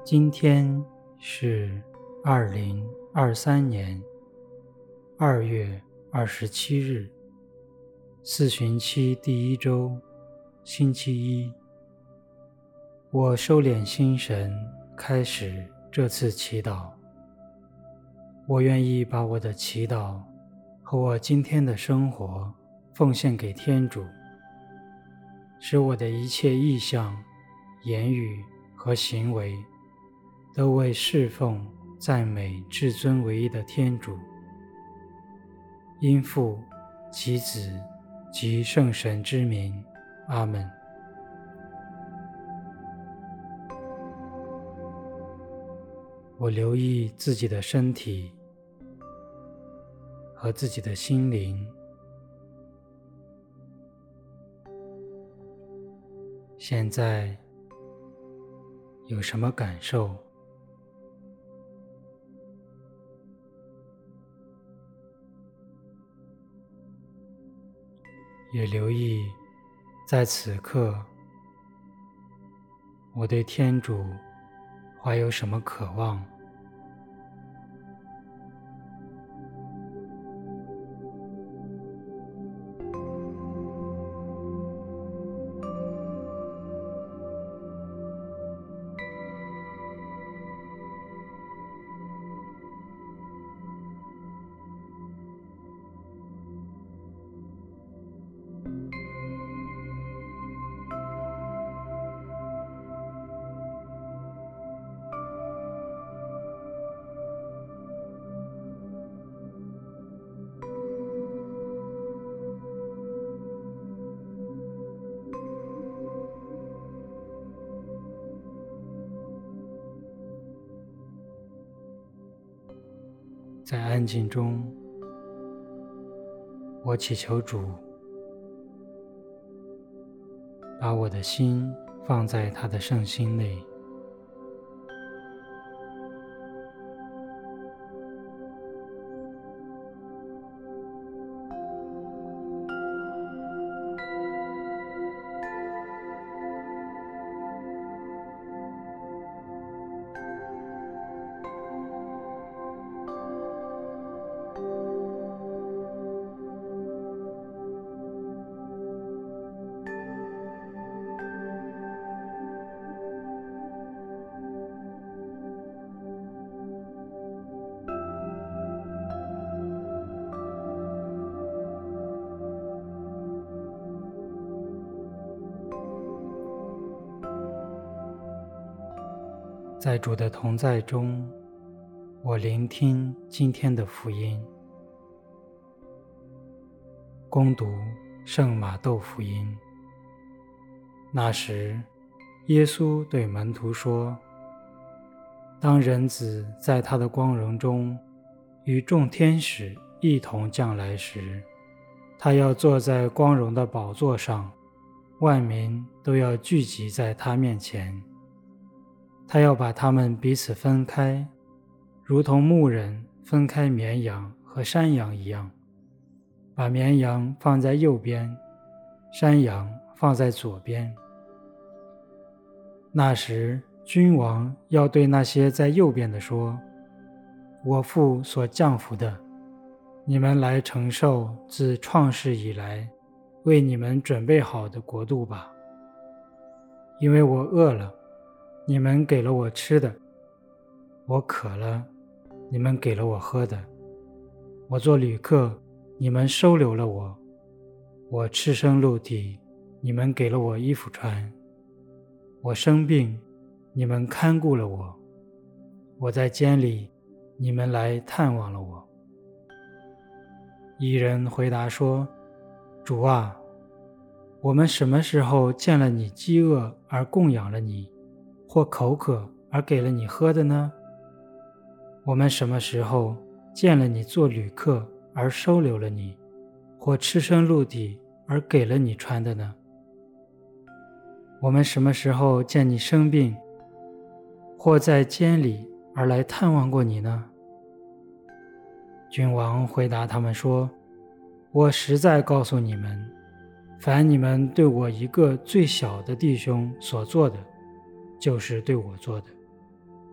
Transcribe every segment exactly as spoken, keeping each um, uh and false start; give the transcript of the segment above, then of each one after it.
今天是二零二三年二月二十七日，四旬期第一周，星期一。我收敛心神，开始这次祈祷。我愿意把我的祈祷和我今天的生活奉献给天主，使我的一切意向、言语和行为都为侍奉、赞美至尊唯一的天主。因父、及子、及圣神之名，阿们。我留意自己的身体和自己的心灵，现在有什么感受？也留意在此刻我对天主怀有什么渴望。在安静中，我祈求主把我的心放在他的圣心内，在主的同在中，我聆听今天的福音。恭读圣马窦福音。那时，耶稣对门徒说：当人子在他的光荣中与众天使一同降来时，他要坐在光荣的宝座上，万民都要聚集在他面前。他要把他们彼此分开，如同牧人分开绵羊和山羊一样，把绵羊放在右边，山羊放在左边。那时，君王要对那些在右边的说：我父所降服的，你们来承受自创世以来为你们准备好的国度吧。因为我饿了，你们给了我吃的；我渴了，你们给了我喝的；我做旅客，你们收留了我；我赤身露体，你们给了我衣服穿；我生病，你们看顾了我；我在监里，你们来探望了我。一人回答说：主啊，我们什么时候见了你饥饿而供养了你，或口渴而给了你喝的呢？我们什么时候见了你做旅客而收留了你，或赤身露体而给了你穿的呢？我们什么时候见你生病，或在监里而来探望过你呢？君王回答他们说：我实在告诉你们，凡你们对我一个最小的弟兄所做的，就是对我做的。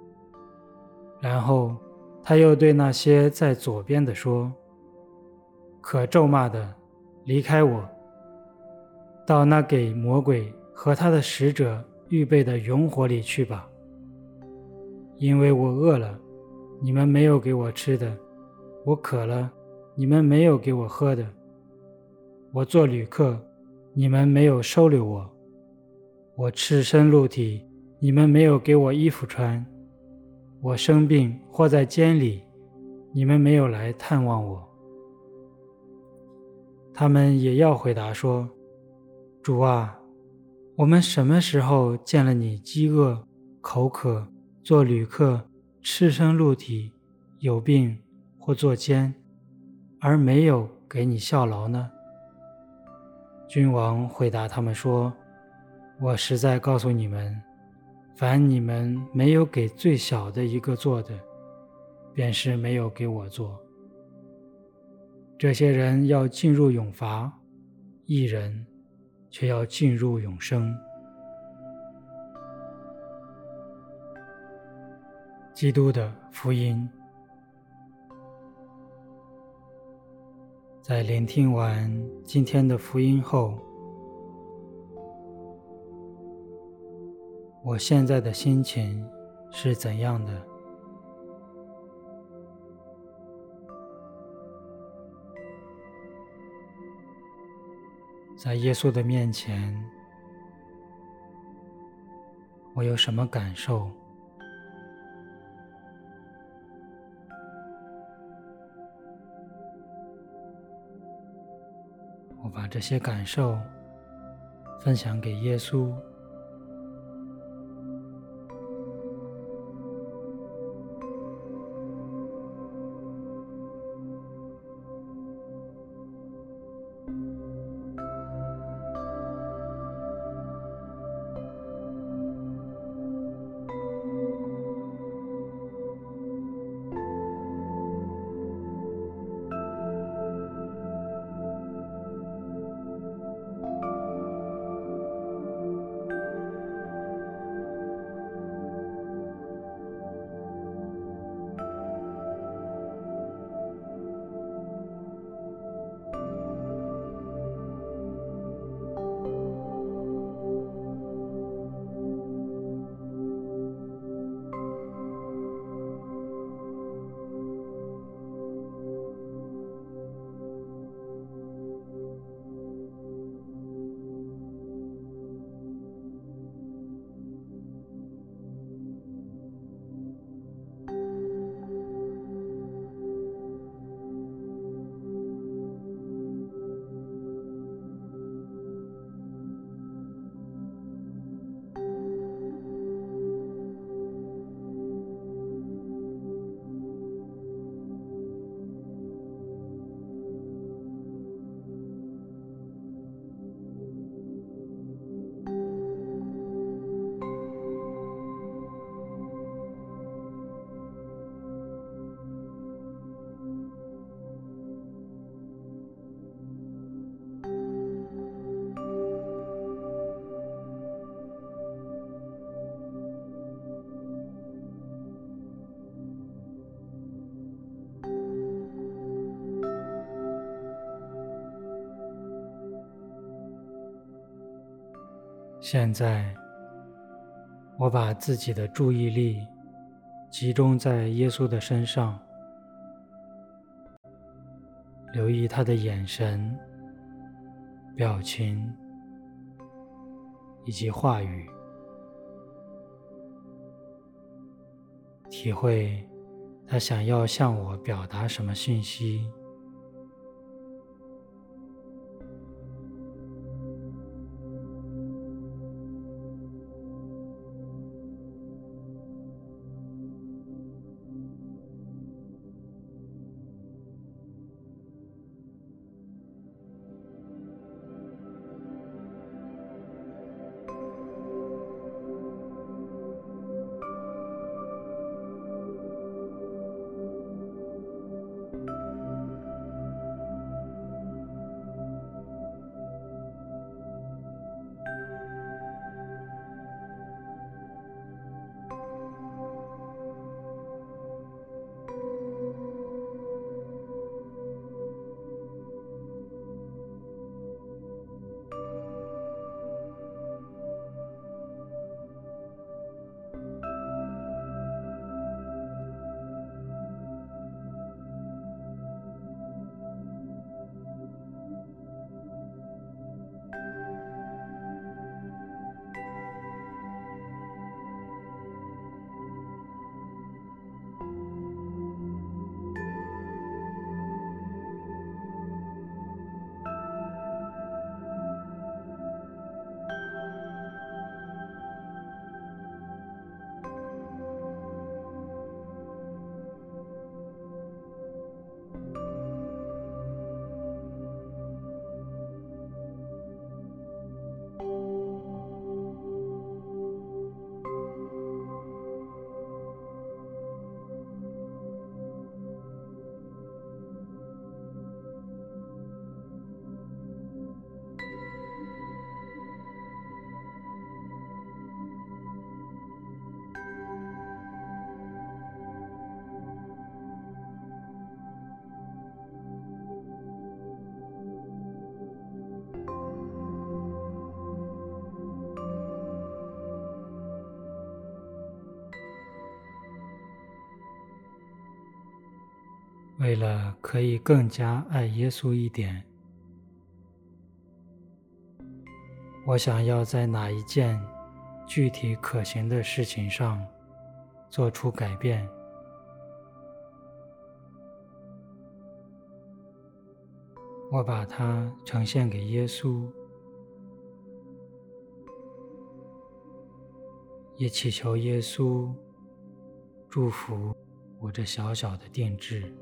然后他又对那些在左边的说：可咒骂的，离开我，到那给魔鬼和他的使者预备的永火里去吧。因为我饿了，你们没有给我吃的；我渴了，你们没有给我喝的；我做旅客，你们没有收留我；我赤身露体，你们没有给我衣服穿；我生病或在监里，你们没有来探望我。他们也要回答说：主啊，我们什么时候见了你饥饿、口渴、做旅客、赤身露体、有病或作监，而没有给你效劳呢？君王回答他们说：我实在告诉你们，凡你们没有给最小的一个做的，便是没有给我做。这些人要进入永罚，义人却要进入永生。基督的福音。在聆听完今天的福音后，我现在的心情是怎样的？在耶稣的面前，我有什么感受？我把这些感受分享给耶稣。现在，我把自己的注意力集中在耶稣的身上，留意他的眼神、表情以及话语，体会他想要向我表达什么讯息。 为了可以更加爱耶稣一点，我想要在哪一件具体可行的事情上做出改变。我把它呈现给耶稣，也祈求耶稣祝福我这小小的定制。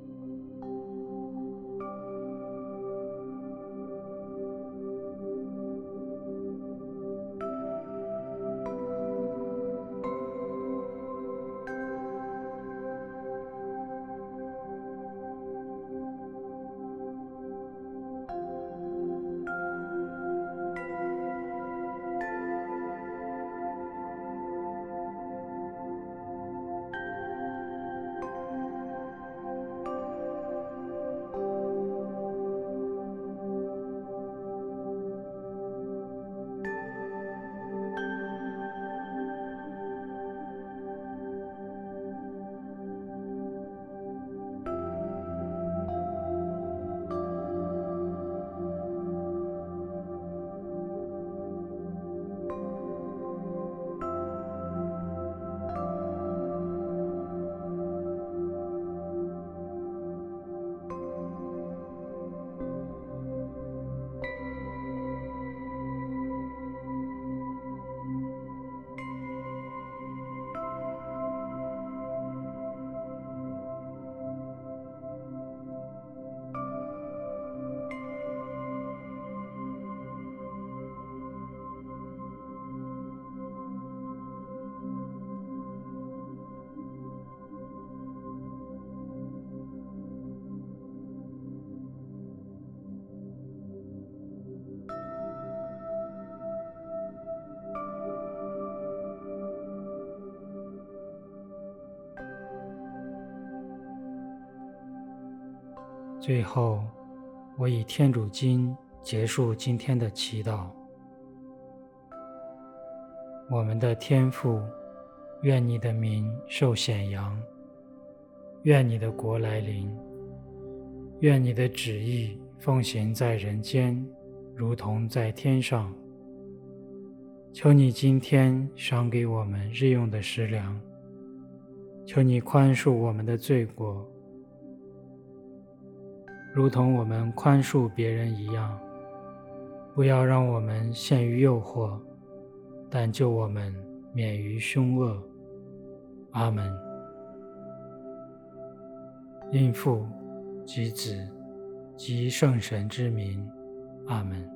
最后，我以天主经结束今天的祈祷。我们的天父，愿你的名受显扬，愿你的国来临，愿你的旨意奉行在人间，如同在天上。求你今天赏给我们日用的食粮，求你宽恕我们的罪过，如同我们宽恕别人一样。不要让我们陷于诱惑，但救我们免于凶恶。阿们。因父及子及圣神之名。阿们。